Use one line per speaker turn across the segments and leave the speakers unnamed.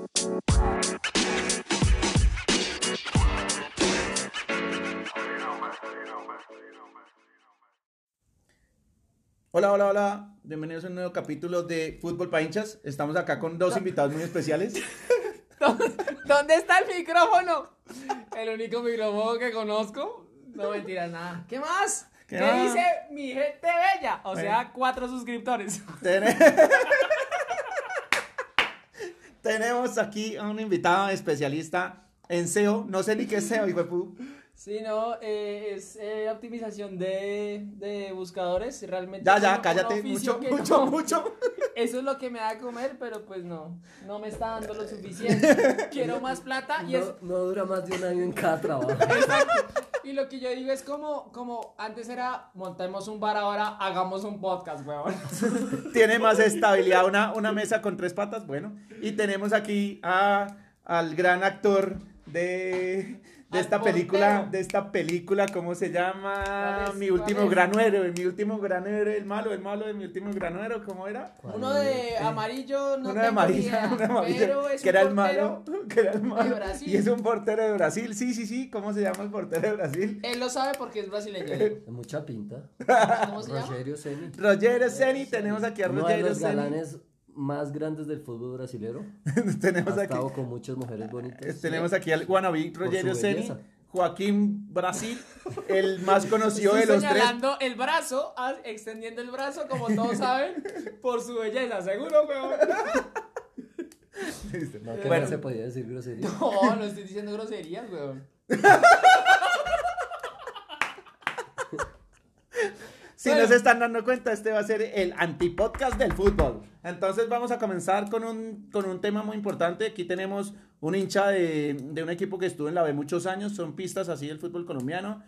Hola, hola, hola. Bienvenidos a un nuevo capítulo de Fútbol para hinchas. Estamos acá con dos invitados muy especiales.
¿Dónde está el micrófono? El único micrófono que conozco. No mentiras, nada. ¿Qué más? ¿Qué dice mi gente bella? O sea, 4 suscriptores.
Tenemos aquí a un invitado especialista en SEO. No sé ni qué es SEO, hijo de pu.
Sí, no, es optimización de buscadores. Realmente
Ya,
un
cállate.
oficio
Mucho.
Eso es lo que me da a comer, pero pues no me está dando lo suficiente. Quiero más plata y
no dura más de un año en cada trabajo.
Exacto. Y lo que yo digo es como antes era montemos un bar, ahora hagamos un podcast, weón.
Tiene más estabilidad una mesa con 3 patas. Bueno, y tenemos aquí al gran actor de esta película, ¿cómo se llama? Mi último gran héroe, el malo de mi último gran héroe, ¿cómo era?
Uno de amarillo,
uno de amarillo,
pero es
que era
un
el malo,
de Brasil.
y es un portero de Brasil, sí, ¿cómo se llama el portero de Brasil?
Él lo sabe porque es brasileño.
De mucha pinta.
¿Cómo se llama?
Rogerio
Ceni, tenemos aquí a
Uno de
Rogerio
los
Ceni.
galanes más grandes del fútbol brasilero.
Tenemos
Ha
aquí
estado con muchas mujeres bonitas.
Tenemos aquí al wannabe Rogerio Ceni,
belleza.
Joaquín Brasil, el más conocido de los tres.
Señalando el brazo, extendiendo el brazo, como todos saben, por su belleza, seguro, weón.
No, que
Bueno.
no se podía decir grosería.
No estoy diciendo groserías, weón.
Si
Bueno.
no se están dando cuenta, este va a ser el antipodcast del fútbol. Entonces vamos a comenzar con un tema muy importante. Aquí tenemos un hincha de un equipo que estuvo en la B muchos años. Son pistas así del fútbol colombiano.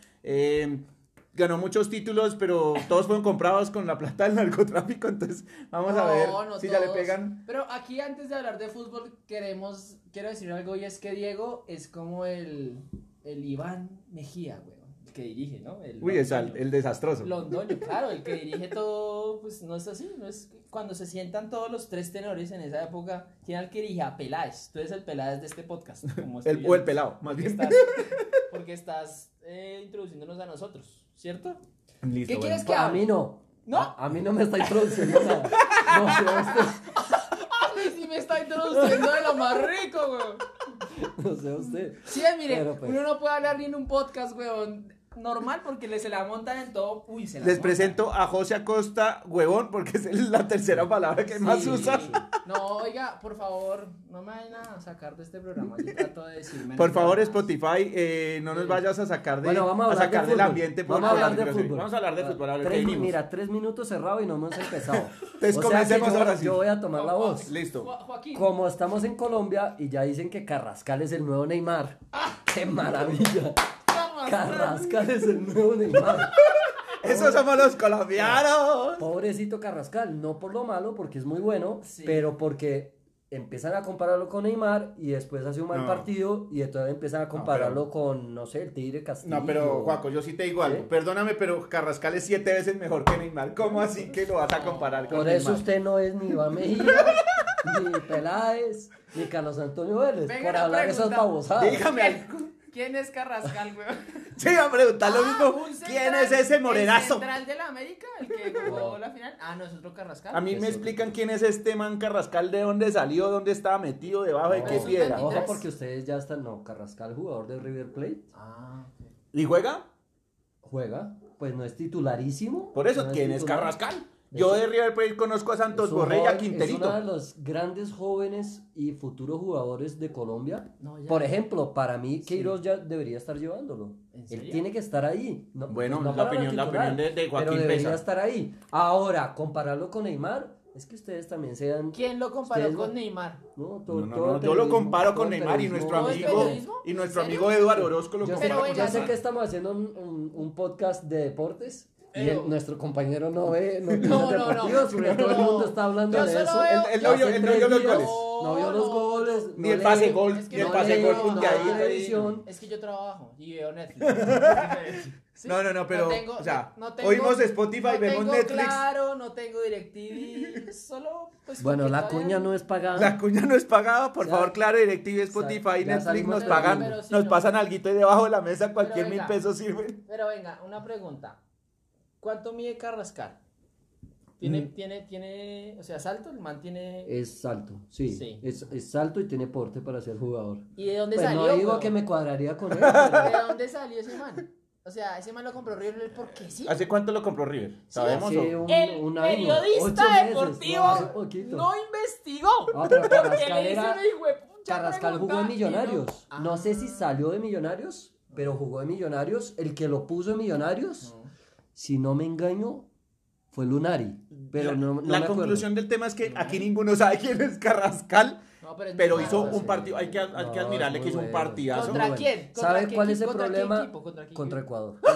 Ganó muchos títulos, pero todos fueron comprados con la plata del narcotráfico. Entonces vamos a ver si ya le pegan.
Pero aquí antes de hablar de fútbol quiero decir algo, y es que Diego es como el Iván Mejía, weón. Que dirige, ¿no?
El desastroso.
Londoño, claro, el que dirige todo, pues no es así, no es cuando se sientan todos los 3 tenores en esa época, ¿quién era el que dirige? A Peláez. Tú eres el Peláez de este podcast. Como
O el pelado, más bien.
Porque estás introduciéndonos a nosotros, ¿cierto?
Listo,
¿Qué quieres que
A
hable?
mí no.
¿No?
A mí no me está introduciendo nada. No, sea usted.
A mí sí me está introduciendo de lo más rico, weón.
No sea usted.
Sí, mire,
Pero, pues.
uno no puede hablar ni en un podcast, weón, normal, porque se la montan en todo. Uy, se la
Les
montan.
presento a José Acosta, huevón, porque es la tercera palabra que más
Sí.
usa.
No, oiga, por favor, no me vayan a sacar de este programa. Yo trato de decirme.
Por favor, Spotify, no nos vayas a sacar
Bueno, vamos a hablar de
del
fútbol.
ambiente.
Vamos a hablar de
grosería.
fútbol.
Vamos a hablar de fútbol. A ver, ¿qué venimos?
Mira, 3 minutos cerrado y no hemos empezado.
Entonces,
O sea
comencemos
que
ahora sí.
yo voy a tomar la voz.
Listo.
Joaquín.
Como estamos en Colombia y ya dicen que Carrascal es el nuevo Neymar. ¡Qué maravilla! Carrascal es el nuevo Neymar.
Esos somos los colombianos.
Pobrecito Carrascal, no por lo malo, porque es muy bueno,
Sí.
pero porque empiezan a compararlo con Neymar y después hace un mal
No.
partido y entonces empiezan a compararlo con, no sé, el Tigre Castillo.
No, pero Juaco, yo sí te digo algo.
¿Sí?
Perdóname, pero Carrascal es 7 veces mejor que Neymar. ¿Cómo así que lo vas a comparar con
Por
Neymar?
eso usted no es ni Iván Mejía, ni Peláez, ni Carlos Antonio Vélez,
Venga,
por
una
hablar esas
pregunta.
babosadas.
Dígame algo.
¿Quién es Carrascal, weón?
Sí, a preguntar lo mismo.
un
¿Quién
central,
es ese morenazo?
¿El central de la América? ¿El que jugó la final? Ah, no, es otro Carrascal.
A mí me
Eso.
explican quién es este man Carrascal, de dónde salió, dónde estaba metido, debajo de
No,
qué
es un
piedra.
tendito.
Ojo, porque ustedes ya están, no, Carrascal, jugador de River Plate,
Ah, ok.
¿Y juega?
juega, pues no es titularísimo.
Por eso,
no
¿quién es
titular.
Carrascal? Yo de River Plate conozco a Santos
Es un
Borré y a
joven-
Quinterito.
Es uno de los grandes jóvenes y futuros jugadores de Colombia.
No, ya.
Por ejemplo, para mí,
Sí.
Queiroz ya debería estar llevándolo.
¿En
Él
serio?
tiene que estar ahí. No,
Bueno,
no
la
para
opinión
titular,
de Joaquín
pero debería
pesa.
estar ahí. Ahora, compararlo con Neymar, es que ustedes también sean...
¿Quién lo comparó
Ustedes
con
no-
Neymar?
No,
No, no,
todo
no,
el
yo lo
periodismo-
comparo
todo
con
el
Neymar y
periodismo-
nuestro
¿Todo es
amigo
periodismo?
y nuestro
¿En serio?
amigo Eduardo Orozco lo
Yo sé,
Pero
compara con
venga,
yo sé
Neymar.
que estamos haciendo un podcast de deportes y
Pero-
nuestro compañero no ve
No,
noticias
no,
deportivas,
no.
porque todo el mundo está hablando
Yo
de
solo
eso.
veo-
Él no vio los goles.
no vio los goles.
Ni el pase gol,
es que
ni el
no
pase
leo,
gol
no
punteadito
veo
ahí.
televisión.
Es que yo trabajo y veo Netflix. ¿Sí?
No, pero,
tengo-
o sea,
no tengo-
oímos Spotify,
no
vemos
tengo
Netflix.
Claro, no tengo DirecTV, solo pues
Bueno,
porque
la
todavía
cuña no es pagada.
La cuña no es pagada, por
Ya.
favor, claro, DirecTV, Spotify,
Ya
Netflix
salimos
nos
de
pagan,
ahí.
Pero sí,
nos
no.
pasan alguito ahí debajo de la mesa, cualquier
Pero venga.
1.000 pesos sirve.
Pero venga, una pregunta. ¿Cuánto mide Carrascal? Tiene, o sea, salto, el man tiene...
Es alto, sí.
Sí.
Es alto y tiene porte para ser jugador.
¿Y de dónde
Pues
salió?
no digo
weón?
que me cuadraría con él,
¿De
pero
dónde salió ese man? O sea, ese man lo compró River porque sí.
¿Hace cuánto lo compró River? ¿Sabemos?
hace
o?
un año, 8
periodista
meses,
deportivo
no, hace poquito.
no investigó.
Ah, pero
Porque
Carrascal
le hizo
era-
una hijuepucha
Carrascal jugó en
pregunta y no-
Millonarios. No sé si
Ah.
salió de Millonarios, pero jugó en Millonarios. El que lo puso en Millonarios,
No.
si no me engaño, fue Lunari. Pero no
La
me
conclusión del tema es que aquí ninguno sabe quién es Carrascal,
No, pero es
pero
muy
hizo
bueno,
un
sí.
partido, hay que
No,
admirarle
es
que hizo
muy
un
bueno.
partidazo.
¿Contra
Muy
quién? ¿Contra
¿Sabe
qué
cuál es el
equipo? ¿Contra qué
problema?
equipo? ¿Contra qué
Contra
equipo?
Ecuador.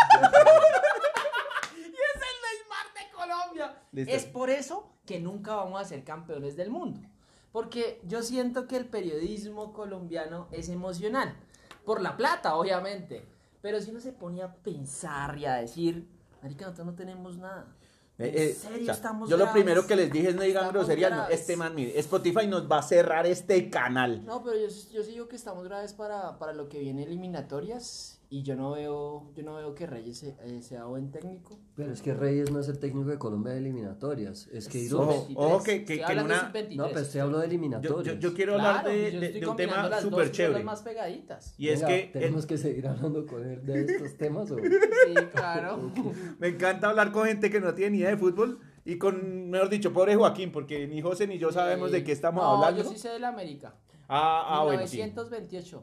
Y es el Neymar de Colombia.
Listo.
Es por eso que nunca vamos a ser campeones del mundo. Porque yo siento que el periodismo colombiano es emocional. Por la plata, obviamente. Pero si uno se pone a pensar y a decir, marica, nosotros no tenemos nada. ¿En serio
O sea,
estamos
yo lo
graves?
primero que les dije es no digan
Estamos
groserías, no,
graves.
este man, mire, Spotify nos va a cerrar este canal.
No, pero yo sí digo que estamos graves para lo que viene eliminatorias. Y yo no veo que Reyes sea buen técnico.
Pero es que Reyes no es el técnico de Colombia de eliminatorias. Es que Iron-
Ojo, ojo, que
Estoy
en
hablando
una-
de sub-23.
No, pero usted habló de
Yo,
eliminatorias.
yo quiero hablar
Claro, yo
de
estoy
un
combinando
tema
las dos,
súper
son
chévere.
las más pegaditas.
Y es
Venga,
que
tenemos que seguir hablando con él de estos temas. ¿O?
Sí, claro.
me encanta hablar con gente que no tiene ni idea de fútbol y con, mejor dicho, pobre Joaquín, porque ni José ni yo sabemos de qué estamos
No,
hablando.
yo sí sé del América.
Bueno, sí.
1928,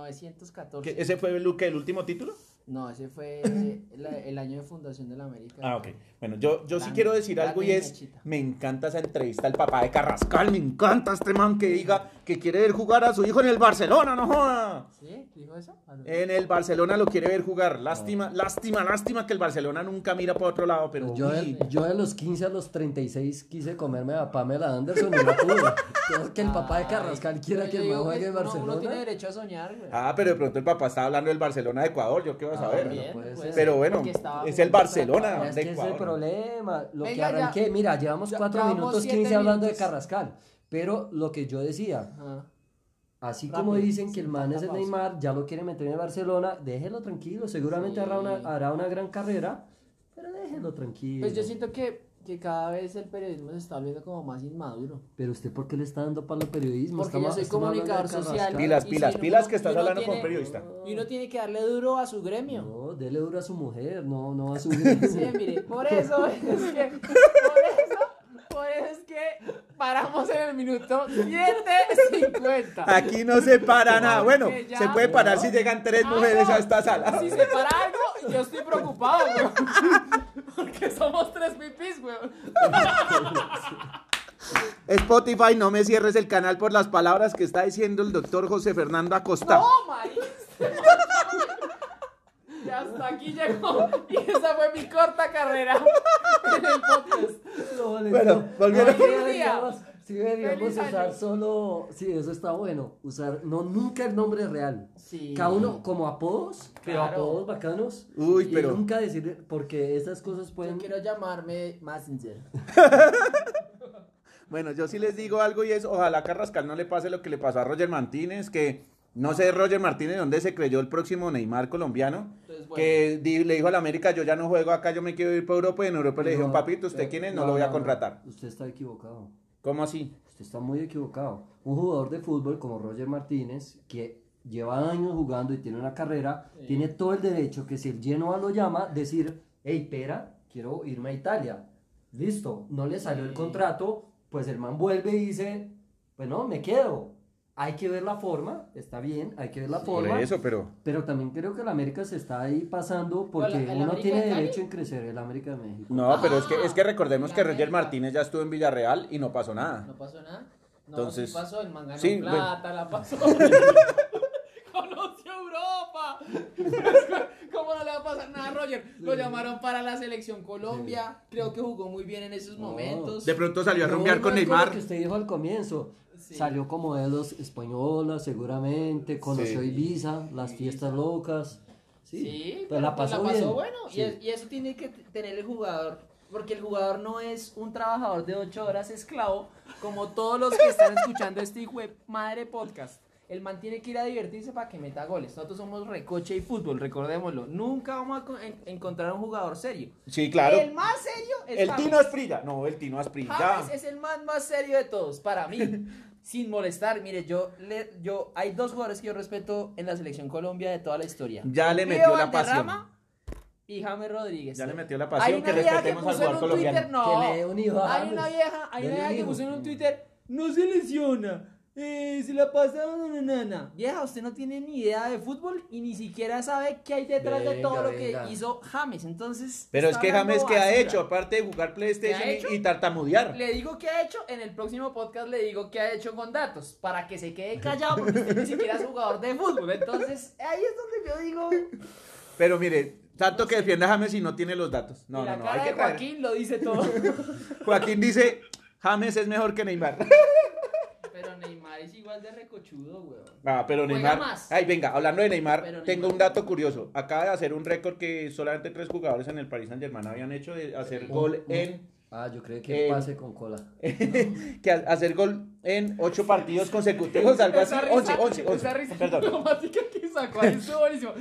1914.
¿Ese fue el último título?
No, ese fue el año de fundación de la América.
Ok. Bueno, yo sí
Grande,
quiero decir algo y
grande
es,
mechita.
me encanta esa entrevista al papá de Carrascal, me encanta este man que diga que quiere ver jugar a su hijo en el Barcelona, no joda.
¿Sí? ¿Dijo eso?
En el Barcelona lo quiere ver jugar. Lástima que el Barcelona nunca mira para otro lado, pero
Yo
uy,
de los 15 a los 36 quise comerme a Pamela Anderson y no pude. Entonces, que el papá de Carrascal quiera
Pero
que
yo
el man
digo
juegue en
uno
Barcelona.
tiene derecho a soñar, güey.
pero de pronto el papá estaba hablando del Barcelona de Ecuador, yo qué vas a ver.
Bien,
puede
puede
ser.
Pero
ser,
bueno,
porque estaba
es el
jugando
Barcelona.
contra-
Es
de
que ese es el
Ecuador.
problema. Lo que
Venga, ya.
arranqué, mira, llevamos
Ya
4
llevamos
minutos
7
15 hablando de
minutos.
Carrascal. Pero lo que yo decía,
Ajá.
así
Rápido,
como dicen que el
sin
man es
tanta
el
pausa.
Neymar, ya lo quiere meter en el Barcelona, déjelo tranquilo. Seguramente
Sí.
hará una gran carrera, pero déjelo tranquilo.
Pues yo siento que cada vez el periodismo se está volviendo como más inmaduro.
Pero usted, ¿por qué le está dando para el periodismo?
Porque yo soy
estamos hablando de
comunicador social.
Carrascal.
Pilas,
Y
pilas,
si
pilas
uno-
que estás
y uno
hablando con
tiene-
periodista.
Y uno tiene que darle duro a su gremio.
No, dele duro a su mujer, no a su
Sí, mire, por eso es que paramos en el minuto 7:50.
Aquí no se para nada. Bueno,
Porque ya-
se puede parar si llegan 3 mujeres
no.
a esta sala.
Si se para algo, yo estoy preocupado, weón. Porque somos 3 pipis, weón.
Spotify, no me cierres el canal por las palabras que está diciendo el doctor José Fernando Acosta.
No, maíz. Y hasta aquí llegó. Y esa fue mi corta carrera en el podcast.
No,
Bueno, volviendo.
Sí, deberíamos
Feliz
usar
año.
solo. Sí, eso está bueno. Usar nunca el nombre real.
Sí.
Cada uno como apodos, pero
Claro.
apodos bacanos.
Uy,
y
pero-
nunca decir, porque esas cosas
Yo
pueden.
quiero llamarme Messenger.
Bueno, yo sí les digo algo y es, ojalá a Carrascal no le pase lo que le pasó a Roger Martínez, que no sé Roger Martínez dónde se creyó el próximo Neymar colombiano,
Entonces, bueno.
que le dijo a la América, yo ya no juego acá, yo me quiero ir para Europa, y en Europa le dijeron, papito, ¿usted quién es? No lo voy a contratar.
Usted está equivocado.
¿Cómo así?
Usted está muy equivocado. Un jugador de fútbol como Roger Martínez, que lleva años jugando y tiene una carrera,
Sí.
tiene todo el derecho que si el Genoa lo llama, decir, hey, pera, quiero irme a Italia. Listo, no le salió el
Sí.
contrato, pues el man vuelve y dice, pues no, me quedo. Hay que ver la forma, está bien, hay que ver la
Por
forma.
eso, pero...
Pero también creo que el América se está ahí pasando porque
¿El
uno
América
tiene
de Cali?
derecho en crecer, el América de México.
No, pero es que recordemos
la
que Roger
América.
Martínez ya estuvo en Villarreal y no pasó nada.
¿No pasó nada? No,
Entonces-
sí pasó, el man ganó
Sí,
plata, la pasó. Conoció Europa. ¿Cómo no le va a pasar nada a Roger? Lo llamaron para la selección Colombia. Creo que jugó muy bien en esos momentos.
De pronto salió a
No,
rumbear
no
con
es como
Neymar.
lo que usted dijo al comienzo.
Sí.
Salió con modelos españolas, seguramente. Conoció
Sí.
Ibiza, las fiestas locas. Sí,
Sí,
pero
pero
la
pues
pasó bien.
bueno.
Sí.
Y eso tiene que tener el jugador. Porque el jugador no es un trabajador de 8 horas esclavo, como todos los que están escuchando este hijo de madre podcast. El man tiene que ir a divertirse para que meta goles. Nosotros somos recoche y fútbol, recordémoslo. Nunca vamos a encontrar un jugador serio.
Sí, claro.
El más serio es
El
James.
Tino Asprilla. No, el Tino Asprilla.
James es el man más serio de todos, para mí. Sin molestar, mire, hay dos jugadores que yo respeto en la selección Colombia de toda la historia.
Ya le
Pío
metió la pasión.
Valderrama y James Rodríguez.
Ya le metió la
Hay
pasión,
una
que
vieja que
respetemos al
puso en
jugador
un
colombiano.
Twitter, no.
Que le dé un hijo a
Hay
James.
una vieja
Dele un
que
hijo.
puso en un Twitter, no se lesiona, se la pasa nana. Vieja, usted no tiene ni idea de fútbol y ni siquiera sabe qué hay detrás de
Venga,
todo lo
venga.
que hizo James. Entonces,
Pero es
está
que
hablando
James, ¿qué ha
basura.
hecho? Aparte de jugar PlayStation
¿Qué ha hecho?
y tartamudear.
Le digo qué ha hecho, en el próximo podcast le digo qué ha hecho con datos, para que se quede callado porque usted ni siquiera es jugador de fútbol. Entonces, ahí es donde yo digo...
Pero mire, tanto que defiende a James y no tiene los datos. No,
y la
no,
cara
hay que
de
traer.
Joaquín lo dice todo.
Joaquín dice, James es mejor que Neymar.
Pero Neymar es igual de recochudo, weón.
Ah, pero
Juega
Neymar.
más.
Ay, venga, hablando de Neymar,
Pero
tengo
Neymar.
un dato curioso. Acaba de hacer un récord que solamente 3 jugadores en el Paris Saint-Germain habían hecho de hacer gol en.
Yo creo que
Eh,
pase con cola.
Hacer gol en 8 partidos consecutivos, algo así.
Esa risa-
11,
Esa risa
perdón.
automática que sacó ahí estuvo buenísimo.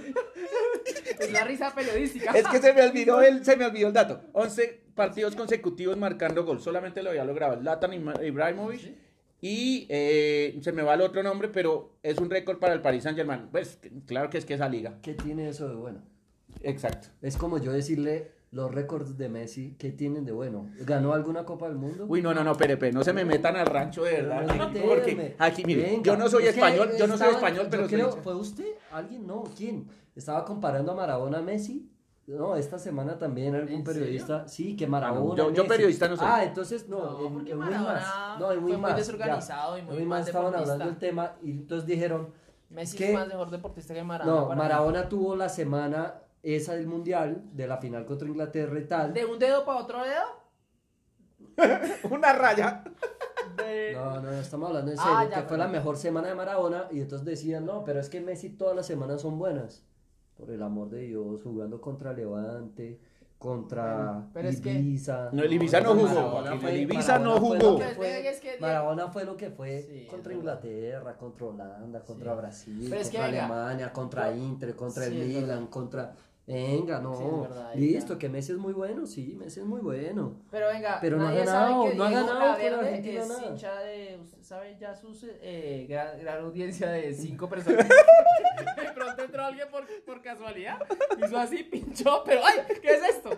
Es la risa periodística.
Es que se me olvidó el dato. 11 partidos consecutivos marcando gol. Solamente lo había logrado Zlatan Ibrahimovic. Y se me va el otro nombre, pero es un récord para el Paris Saint-Germain. Pues claro que es esa liga.
¿Qué tiene eso de bueno?
Exacto.
Es como yo decirle los récords de Messi, ¿qué tienen de bueno? ¿Ganó alguna Copa del Mundo?
Uy, no, Perepe, no se me metan al rancho de verdad.
Pero no
Porque
meterme.
aquí, mire,
Venga,
yo no soy
es que
español, yo no soy
estaban-
español, pero
yo
soy
creo,
hincha.
¿fue usted? ¿Alguien? No, ¿quién? Estaba comparando a Maradona a Messi. No, esta semana también algún
¿En
periodista, sí, que Maradona.
Ah, no, yo
Messi.
periodista no soy.
Entonces no,
No, porque
en Win
Maradona
Más. No, en
fue
Win
muy
Más,
desorganizado
ya.
y muy
En Win
mal
Más estaban
deportista.
hablando del tema y entonces dijeron,
Messi
¿qué?
es más mejor deportista que Maradona.
no,
para mí.
Maradona tuvo la semana esa del Mundial, de la final contra Inglaterra y tal.
¿De un dedo para otro dedo?
Una raya.
No, estamos hablando en
Ah,
serio,
ya,
que fue la
perdón.
mejor semana de Maradona y entonces decían, no, pero es que Messi todas las semanas son buenas. Por el amor de Dios, jugando contra Levante, contra
Pero es que-
Ibiza.
No, el Ibiza no jugó,
Maradona
Joaquín,
fue-
el Ibiza no
Maradona fue
jugó.
lo que
Pero
fue-
es que-
Maradona fue lo que fue
Sí,
contra
es verdad.
Inglaterra, contra Holanda, contra Brasil,
Pero es que
contra
venga,
Alemania, contra Inter, contra
Sí,
el
es
Milan,
verdad.
contra... Venga, no.
Sí, es verdad, ahí
Listo,
está.
que Messi es muy bueno, sí, Messi es muy bueno.
Pero venga,
Pero no ha
nadie
ganado,
sabe que
no ha
Diego
ganado con
Laverde
Argentina
es
nada.
hincha de, usted sabe ya sus gran audiencia de 5 personas. De pronto entró alguien por casualidad, hizo así, pinchó, pero ¡ay! ¿Qué es esto?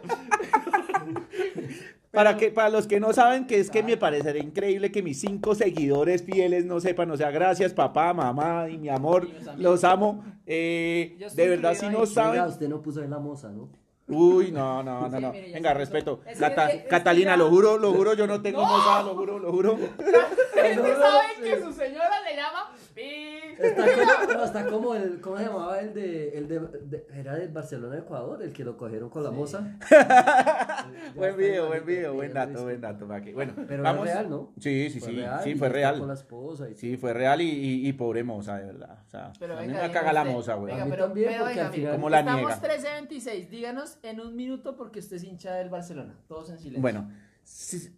Para los que no saben, que es que me parecería increíble que mis 5 seguidores fieles no sepan, o sea, gracias papá, mamá y mi amor,
Y mis amigos.
los amo.
Yo estoy
De verdad, si
incluido
no
ahí.
Venga,
saben.
usted no puso ahí la moza, ¿no?
Uy, no.
Sí, mire, ya
Venga,
se
respeto.
puso. Es que- es que
Catalina,
ya-
lo juro, yo no tengo
¡No!
moza, lo juro.
Ustedes
No,
saben
sí.
que su señora le llama Pi.
Está como el, ¿cómo se llamaba era del Barcelona Ecuador, el que lo cogieron con la moza?
Buen video, buen dato, Maki. Bueno,
Pero
vamos.
es real, ¿no?
Sí,
y
fue
está Con
real.
la esposa y
Sí, fue real y pobre moza, de verdad. O sea,
Pero
a mí
venga,
me caga la
usted-
moza, güey.
venga,
A mí
pero,
también,
pero
porque
venga,
al
mire,
final-
¿Cómo la
estamos
niega?
13:26. Díganos en un minuto porque usted es hincha del Barcelona. Todos en silencio.
Bueno, sí.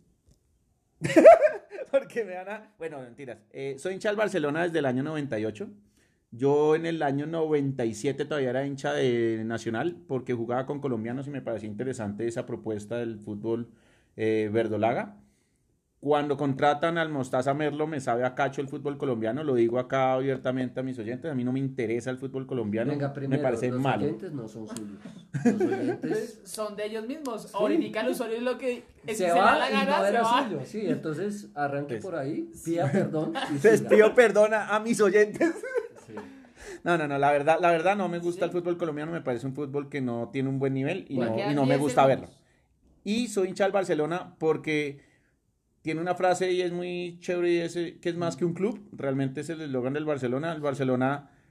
Porque me van a. Bueno, mentiras. Soy hincha del Barcelona desde el año 98. Yo en el año 97 todavía era hincha de Nacional porque jugaba con colombianos y me parecía interesante esa propuesta del fútbol verdolaga. Cuando contratan al Mostaza Merlo me sabe a cacho el fútbol colombiano, lo digo acá abiertamente a mis oyentes, a mí no me interesa el fútbol colombiano,
Venga, primero,
me parece
los
malo.
oyentes no son suyos. Los oyentes
Entonces, son de ellos mismos. Ahorita el usuario es lo que si
se
le da
va
la
y
gana,
no
se
era
va.
suyo. Sí, entonces arranque
Pues,
por ahí, pida perdón y
Les
siga.
pido perdón a mis oyentes.
Sí.
No, la verdad no me gusta el fútbol colombiano, me parece un fútbol que no tiene un buen nivel y
Bueno,
no,
quedan
y no me
10
gusta verlo.
segundos.
Y soy hincha del Barcelona porque tiene una frase y es muy chévere y es que es más que un club, realmente es el eslogan del Barcelona. El Barcelona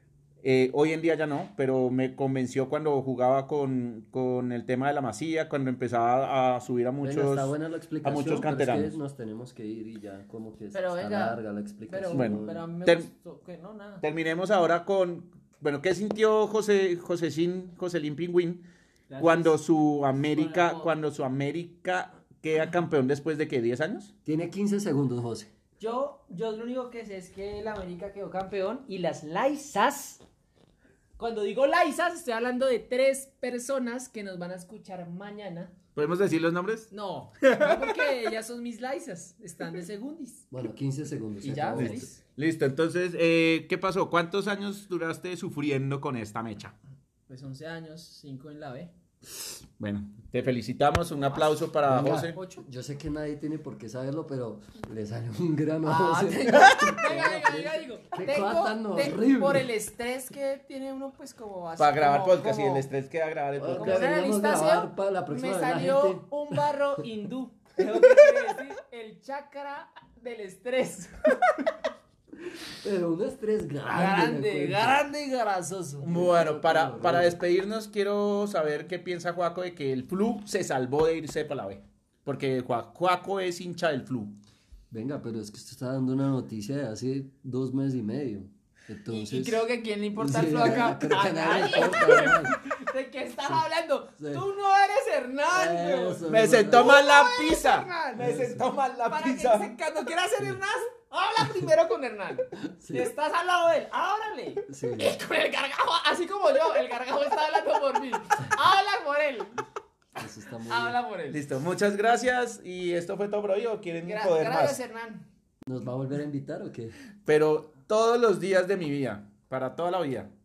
Hoy en día ya no, pero me convenció cuando jugaba con el tema de la Masía, cuando empezaba a subir a
Venga,
muchos,
está buena la explicación,
muchos
pero es
canteranos.
que nos tenemos que ir y ya como que
Pero
está
venga,
larga la explicación.
Bueno,
a mí me
ter-
gustó que no, nada.
Terminemos ahora con, bueno, ¿qué sintió Joselín Pingüín
Gracias.
cuando su
Con
América,
la-
cuando su América queda campeón después de que 10 años?
Tiene 15 segundos, José.
Yo lo único que sé es que el América quedó campeón y las Laisas. Cuando digo Laisas, estoy hablando de 3 personas que nos van a escuchar mañana.
¿Podemos decir los nombres?
No, no porque ellas son mis Laisas, están de segundis.
Bueno, 15 segundos.
Y
se
ya,
acabó.
feliz.
Listo, entonces, ¿qué pasó? ¿Cuántos años duraste sufriendo con esta mecha?
Pues 11 años, 5 en la B.
Bueno, te felicitamos, un aplauso para
Venga.
José.
8.
Yo sé que nadie tiene por qué saberlo, pero le sale un grano a
Ah,
José.
venga, digo.
Qué cosa tan horrible.
Por el estrés que tiene uno, pues como así.
Para grabar
como-
podcast y
como-
el estrés queda grabar el
Bueno,
podcast.
Como
Deberíamos
analista
grabar
SEO,
para la próxima
me
vez la
salió
gente.
un barro hindú. ¿Eso qué quiere decir? El chakra del estrés.
Pero un estrés grande. me cuento.
grande y grasoso.
Bueno, para despedirnos, quiero saber qué piensa Juaco de que el Flu se salvó de irse para la B. Porque Juaco es hincha del Flu.
Venga, pero es que usted está dando una noticia de hace 2 meses y medio. Entonces,
Y creo que a quién le importa el
Sí,
flow acá.
creo que
A
a nadie
nadie.
le importa, hermano.
¿De qué estás hablando?
Sí.
Tú no eres Hernán, güey.
Eso,
Me
eso,
sentó
eso.
mal la
eres
pizza.
Hernán.
Me sentó mal la
Para que
pizza.
cuando quieras ser Hernán, habla primero con Hernán.
Sí.
Estás al lado de él, háblale.
Sí.
Y con el gargajo, así como yo, el gargajo está hablando por mí. Habla por él.
Eso está muy
Habla por él.
Listo, muchas gracias. Y esto fue todo por hoy. ¿O quieren poder
Gracias,
más?
Hernán.
bien. ¿Nos va a volver a invitar o qué?
Pero todos los días de mi vida, para toda la vida.